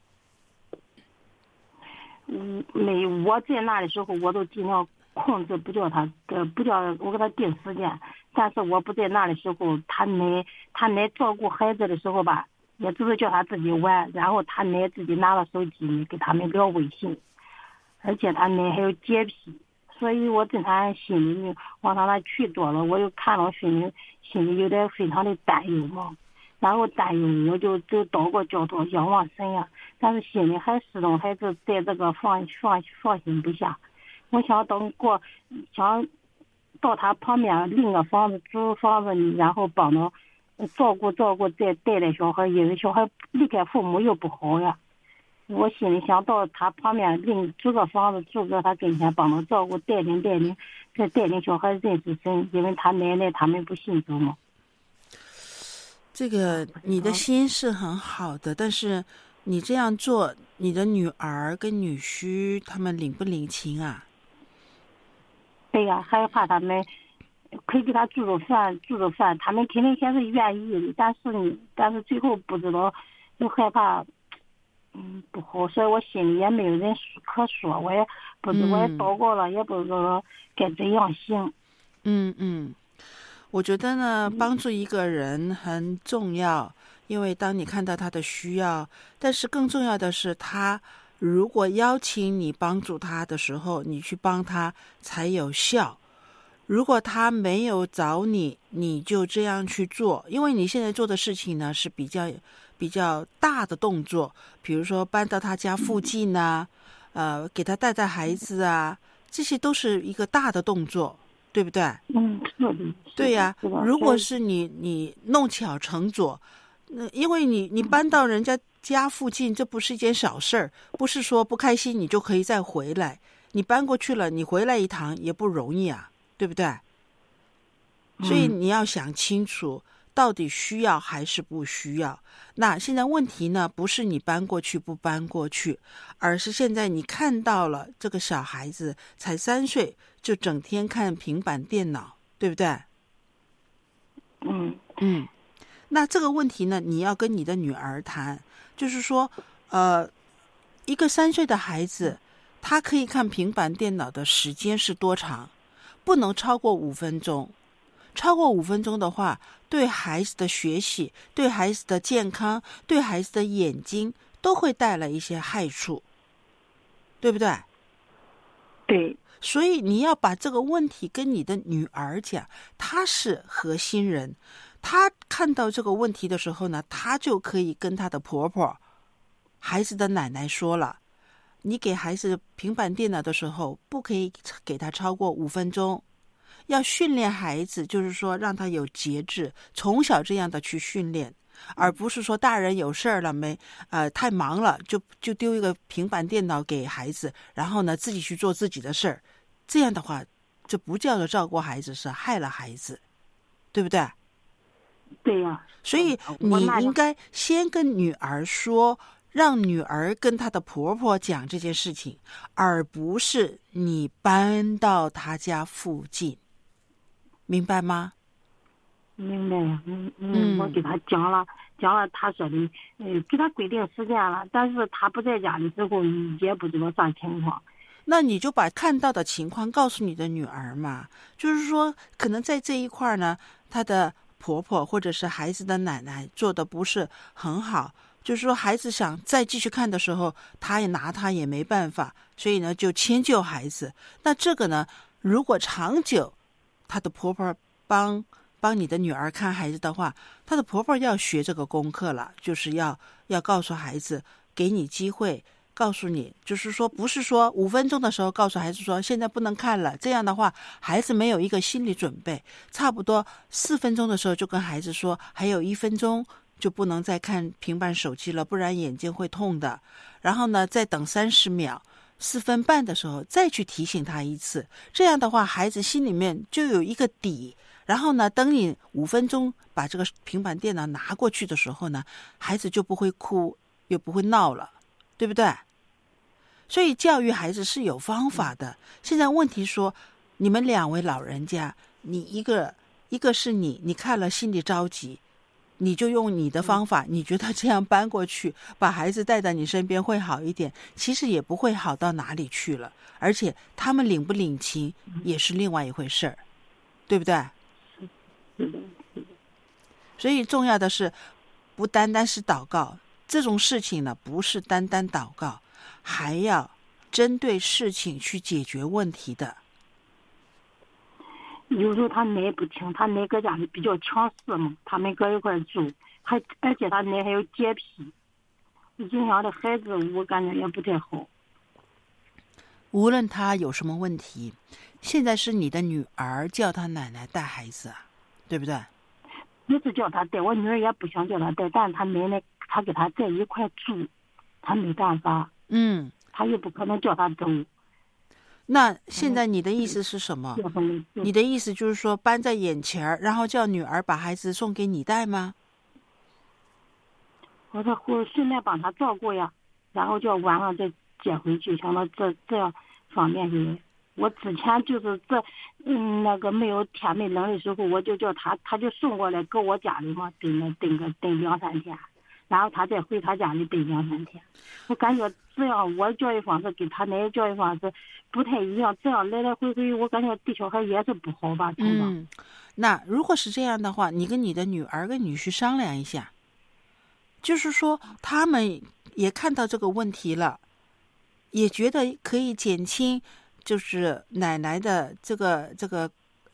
嗯，没有，我在那的时候，我都尽量控制，不叫他，呃，不叫我给他定时间。但是我不在那的时候，他奶他奶照顾孩子的时候吧，也只是叫他自己玩，然后他奶自己拿了手机给他们聊微信，而且他奶还有洁癖，所以我对他心里往他那去多了，我就看到心里心里有点非常的担忧嘛。然后担忧，我就就祷告教导仰望神呀，但是心里还始终还是在这个放放放心不下。我想等过，想到他旁边另个房子租房子，然后帮他照顾照顾，再带带小孩，因为小孩离开父母又不好呀。我心里想到他旁边另租个房子住在他跟前，帮他照顾带领带领，再带领小孩认识神，因为他奶奶他们不信主嘛。 这个你的心是很好的，但是你这样做，你的女儿跟女婿他们领不领情啊？ 对呀、啊，害怕他们可以给他煮煮饭，煮煮饭，他们肯定先是愿意的，但是但是最后不知道，又害怕，嗯不好，所以我心里也没有人可说，我也不知、嗯、我也祷告了，也不知道该怎样行。 嗯嗯。我觉得呢，帮助一个人很重要，因为当你看到他的需要，但是更重要的是，他如果邀请你帮助他的时候，你去帮他才有效。 如果他没有找你，你就这样去做，因为你现在做的事情呢是比较比较大的动作，比如说搬到他家附近啊，呃，给他带带孩子啊，这些都是一个大的动作，对不对？ 嗯，是的。 对呀、啊，如果是你你弄巧成拙，那因为你你搬到人家家附近，这不是一件小事儿，不是说不开心你就可以再回来，你搬过去了，你回来一趟也不容易啊。对不对？所以你要想清楚，到底需要还是不需要。那现在问题呢，不是你搬过去不搬过去，而是现在你看到了这个小孩子才三岁，就整天看平板电脑，对不对？ 嗯嗯。那这个问题呢，你要跟你的女儿谈，就是说，呃，一个三岁的孩子，他可以看平板电脑的时间是多长？不能超过五分钟，超过五分钟的话，对孩子的学习、对孩子的健康、对孩子的眼睛都会带来一些害处，对不对？ 对。 所以你要把这个问题跟你的女儿讲，她是核心人，她看到这个问题的时候呢，她就可以跟她的婆婆、孩子的奶奶说了。你给孩子平板电脑的时候，不可以给他超过五分钟，要训练孩子，就是说让他有节制，从小这样的去训练，而不是说大人有事儿了没，呃，太忙了就就丢一个平板电脑给孩子，然后呢自己去做自己的事儿，这样的话，这不叫做照顾孩子，是害了孩子，对不对？ 对呀、啊。 所以你应该先跟女儿说。让女儿跟她的婆婆讲这件事情，而不是你搬到她家附近，明白吗？ 明白。嗯嗯，我给她讲了，讲了，她说的，嗯，给她规定时间了，但是她不在家的时候也不知道啥情况。 那你就把看到的情况告诉你的女儿嘛，就是说，可能在这一块呢，她的婆婆或者是孩子的奶奶做的不是很好。就是说孩子想再继续看的时候，他也拿他也没办法，所以呢就迁就孩子。那这个呢，如果长久他的婆婆帮帮你的女儿看孩子的话，他的婆婆要学这个功课了，就是要要告诉孩子，给你机会，告诉你，就是说不是说五分钟的时候告诉孩子说现在不能看了，这样的话孩子没有一个心理准备，差不多四分钟的时候就跟孩子说还有一分钟就不能再看平板手机了，不然眼睛会痛的。然后呢，再等三十秒，四分半的时候再去提醒他一次。这样的话，孩子心里面就有一个底。然后呢，等你五分钟把这个平板电脑拿过去的时候呢，孩子就不会哭，又不会闹了，对不对？所以教育孩子是有方法的。现在问题说，你们两位老人家，你一个一个是你，你看了心里着急。你就用你的方法，你觉得这样搬过去，把孩子带到你身边会好一点，其实也不会好到哪里去了。而且他们领不领情也是另外一回事儿，对不对？所以重要的是，不单单是祷告，这种事情呢，不是单单祷告，还要针对事情去解决问题的。 有时候他奶不听，他奶搁家里比较强势嘛，他们搁一块住，还而且他奶还有洁癖，影响的孩子我感觉也不太好。 无论他有什么问题，现在是你的女儿叫他奶奶带孩子啊，对不对？ 不是叫他带，我女儿也不想叫他带，但是他奶奶他跟他在一块住，他没办法， 嗯， 他又不可能叫他走。 那现在你的意思是什么？你的意思就是说搬在眼前，然后叫女儿把孩子送给你带吗？ 我说会顺便帮他照顾呀，然后叫晚上再接回去，想到这这样方面去。我之前就是这嗯那个没有天没冷的时候，我就叫他，他就送过来搁我家里嘛，蹲个蹲个蹲两三天，然后他再回他家里蹲两三天。我感觉这样我教育方式跟他那个教育方式不太一样，这样来来回回，我感觉对小孩也是不好吧，成长。 嗯，那如果是这样的话，你跟你的女儿跟女婿商量一下，就是说他们也看到这个问题了，也觉得可以减轻就是奶奶的这个这个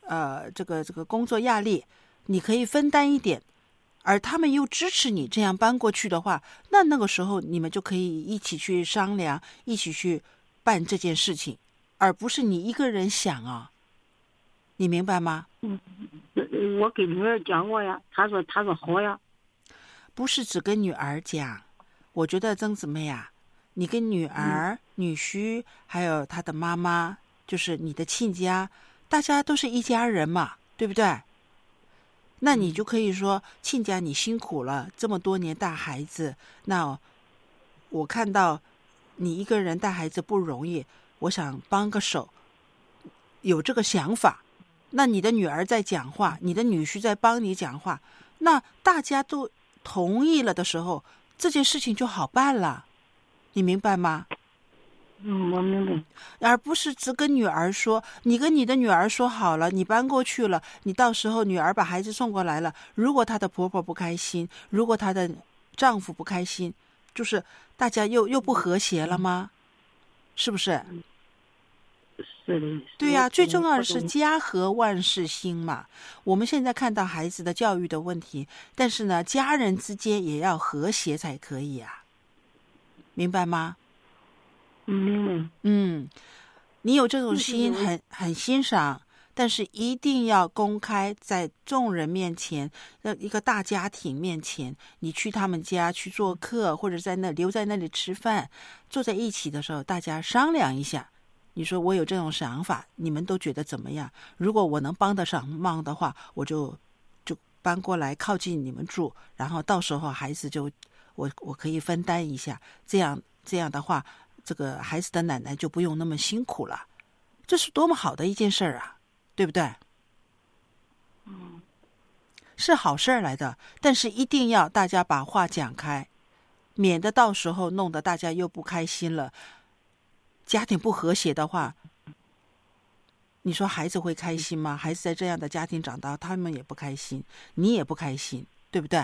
呃这个这个工作压力，你可以分担一点，而他们又支持你这样搬过去的话，那那个时候你们就可以一起去商量，一起去办这件事情，而不是你一个人想啊，你明白吗？ 嗯，我给女儿讲过呀，她说她说好呀。 不是只跟女儿讲，我觉得曾姊妹啊，你跟女儿、嗯、女婿还有他的妈妈，就是你的亲家，大家都是一家人嘛，对不对？那你就可以说，亲家你辛苦了，这么多年带孩子，那我看到你一个人带孩子不容易，我想帮个手，有这个想法。那你的女儿在讲话，你的女婿在帮你讲话，那大家都同意了的时候，这件事情就好办了，你明白吗？ 嗯，我明白。 而不是只跟女儿说，你跟你的女儿说好了，你搬过去了，你到时候女儿把孩子送过来了，如果她的婆婆不开心，如果她的丈夫不开心，就是大家又又不和谐了吗？是不是？ 是的。 对呀、啊，最重要的是家和万事兴嘛。我们现在看到孩子的教育的问题，但是呢，家人之间也要和谐才可以啊，明白吗？ 嗯嗯，你有这种心很很欣赏，但是一定要公开在众人面前，一个大家庭面前，你去他们家去做客，或者在那留在那里吃饭，坐在一起的时候，大家商量一下。你说我有这种想法，你们都觉得怎么样？如果我能帮得上忙的话，我就就搬过来靠近你们住，然后到时候孩子就我我可以分担一下，这样这样的话，这个孩子的奶奶就不用那么辛苦了，这是多么好的一件事啊，对不对？ 嗯， 是好事来的，但是一定要大家把话讲开，免得到时候弄得大家又不开心了。家庭不和谐的话，你说孩子会开心吗？孩子在这样的家庭长大，他们也不开心，你也不开心，对不对？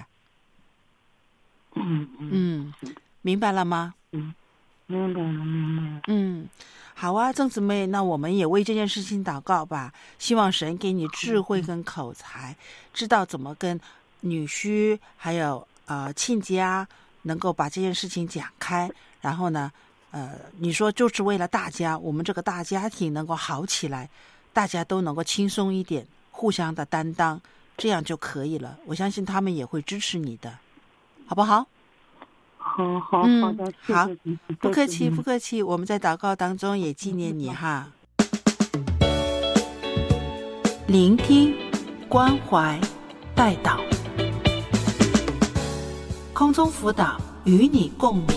嗯嗯，明白了吗？ 嗯，明白了，明白了。 嗯，好啊，郑姊妹，那我们也为这件事情祷告吧，希望神给你智慧跟口才，知道怎么跟女婿还有呃亲家能够把这件事情讲开，然后呢呃，你说就是为了大家，我们这个大家庭能够好起来，大家都能够轻松一点，互相的担当，这样就可以了。我相信他们也会支持你的，好不好？ 好好好的， 嗯、好，不客气不客气。我们在祷告当中也纪念你哈。聆听、关怀、代祷，空中辅导与你共鸣。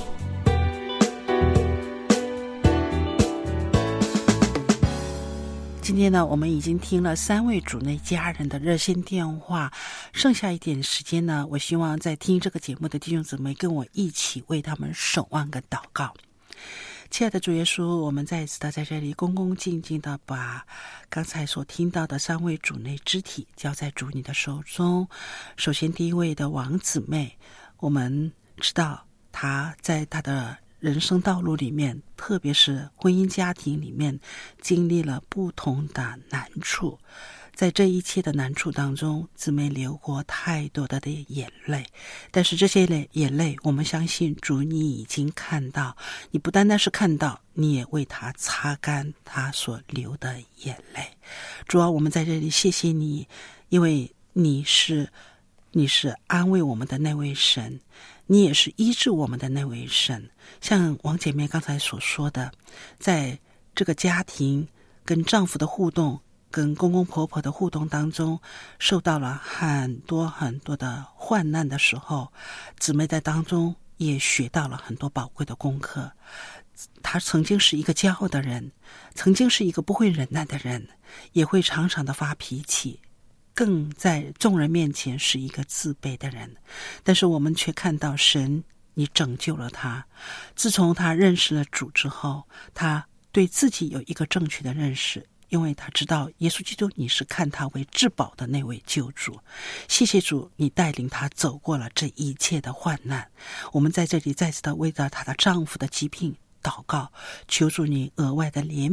今天呢，我们已经听了三位主内家人的热线电话，剩下一点时间呢，我希望在听这个节目的弟兄姊妹跟我一起为他们守望跟祷告。亲爱的主耶稣，我们再一次的在这里恭恭敬敬的把刚才所听到的三位主内肢体交在主你的手中。首先第一位的王姊妹，我们知道她在她的人生道路里面，特别是婚姻家庭里面，经历了不同的难处。在这一切的难处当中，姊妹流过太多的的眼泪，但是这些眼泪，我们相信主你已经看到，你不单单是看到，你也为他擦干他所流的眼泪。主啊，我们在这里谢谢你，因为你是你是安慰我们的那位神，你也是医治我们的那位神。像王姐妹刚才所说的，在这个家庭跟丈夫的互动，跟公公婆婆的互动当中，受到了很多很多的患难的时候，姊妹在当中也学到了很多宝贵的功课。她曾经是一个骄傲的人，曾经是一个不会忍耐的人，也会常常的发脾气，更在众人面前是一个自卑的人。但是我们却看到神你拯救了他。自从他认识了主之后，他对自己有一个正确的认识，因为他知道耶稣基督你是看他为至宝的那位救主。谢谢主，你带领他走过了这一切的患难。我们在这里再次的为了她的丈夫的疾病祷告，求主你额外的怜悯，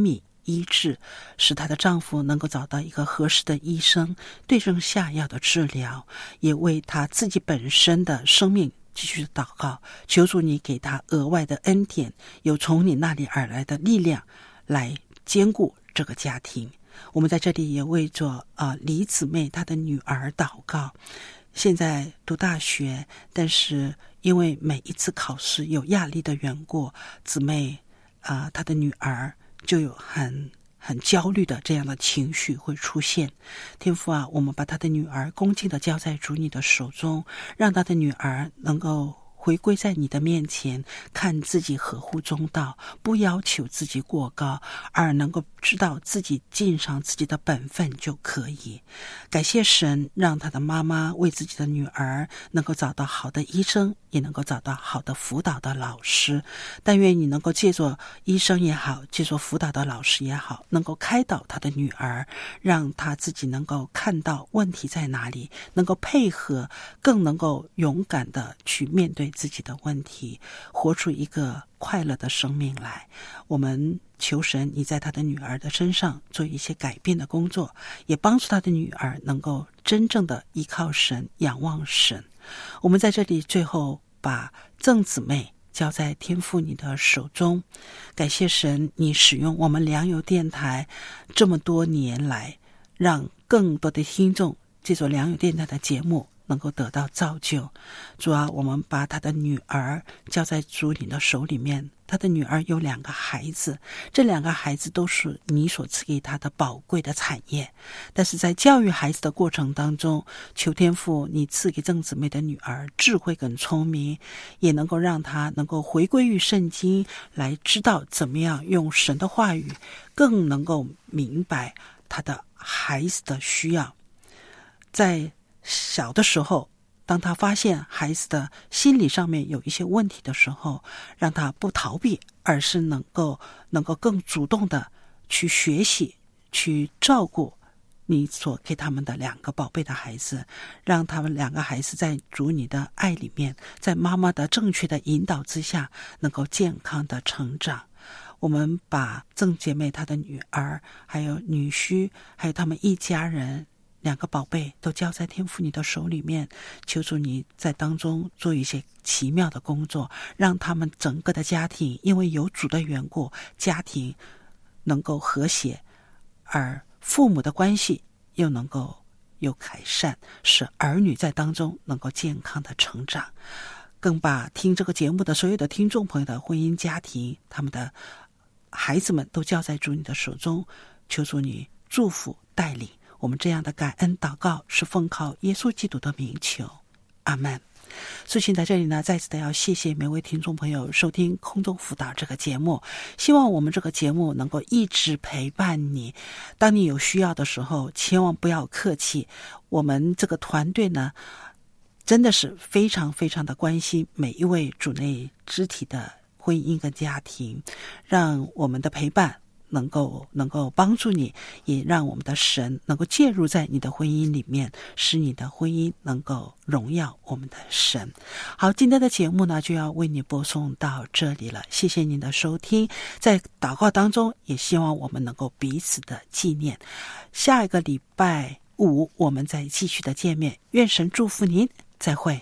医治，使她的丈夫能够找到一个合适的医生，对症下药的治疗，也为她自己本身的生命继续祷告，求主你给她额外的恩典，有从你那里而来的力量来兼顾这个家庭。我们在这里也为着啊、呃、李姊妹她的女儿祷告，现在读大学，但是因为每一次考试有压力的缘故，姊妹啊、呃、她的女儿就有很很焦虑的这样的情绪会出现。天父啊，我们把她的女儿恭敬地交在主你的手中，让她的女儿能够回归在你的面前，看自己合乎中道，不要求自己过高，而能够知道自己尽上自己的本分就可以。感谢神，让他的妈妈为自己的女儿能够找到好的医生，也能够找到好的辅导的老师。但愿你能够借助医生也好，借助辅导的老师也好，能够开导他的女儿，让他自己能够看到问题在哪里，能够配合，更能够勇敢的去面对自己的问题，活出一个快乐的生命来。我们求神你在他的女儿的身上做一些改变的工作，也帮助他的女儿能够真正的依靠神，仰望神。我们在这里最后把郑姊妹交在天父你的手中，感谢神你使用我们良友电台这么多年来，让更多的听众借助良友电台的节目能够得到造就。主啊，我们把他的女儿交在主你的手里面。他的女儿有两个孩子，这两个孩子都是你所赐给他的宝贵的产业，但是在教育孩子的过程当中，求天父你赐给郑姊妹的女儿智慧跟聪明，也能够让她能够回归于圣经，来知道怎么样用神的话语，更能够明白他的孩子的需要。在小的时候，当他发现孩子的心理上面有一些问题的时候，让他不逃避，而是能够能够更主动的去学习，去照顾你所给他们的两个宝贝的孩子，让他们两个孩子在主你的爱里面，在妈妈的正确的引导之下，能够健康的成长。我们把郑姐妹她的女儿，还有女婿，还有他们一家人两个宝贝都交在天父你的手里面，求主你在当中做一些奇妙的工作，让他们整个的家庭因为有主的缘故，家庭能够和谐，而父母的关系又能够有改善，使儿女在当中能够健康的成长。更把听这个节目的所有的听众朋友的婚姻家庭，他们的孩子们都交在主你的手中，求主你祝福带领。我们这样的感恩祷告是奉靠耶稣基督的名求，阿们。所以在这里呢，再次的要谢谢每位听众朋友收听空中辅导这个节目，希望我们这个节目能够一直陪伴你。当你有需要的时候，千万不要客气，我们这个团队呢，真的是非常非常的关心每一位主内肢体的婚姻跟家庭，让我们的陪伴能够能够帮助你，也让我们的神能够介入在你的婚姻里面，使你的婚姻能够荣耀我们的神。好，今天的节目呢就要为你播送到这里了，谢谢您的收听。在祷告当中也希望我们能够彼此的纪念，下一个礼拜五我们再继续的见面，愿神祝福您，再会。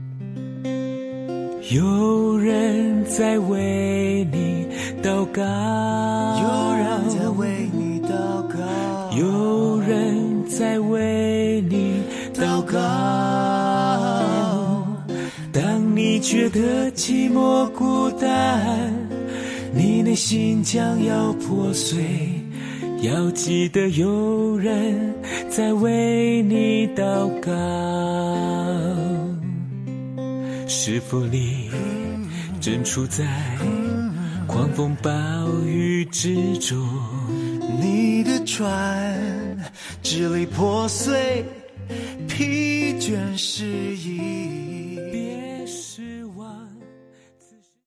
有人在为你祷告， 有人在为你祷告， 有人在为你祷告。当你觉得寂寞孤单，你内心将要破碎，要记得有人在为你祷告。是否你正处在狂风暴雨之中？ 你的船支离破碎，疲倦失意。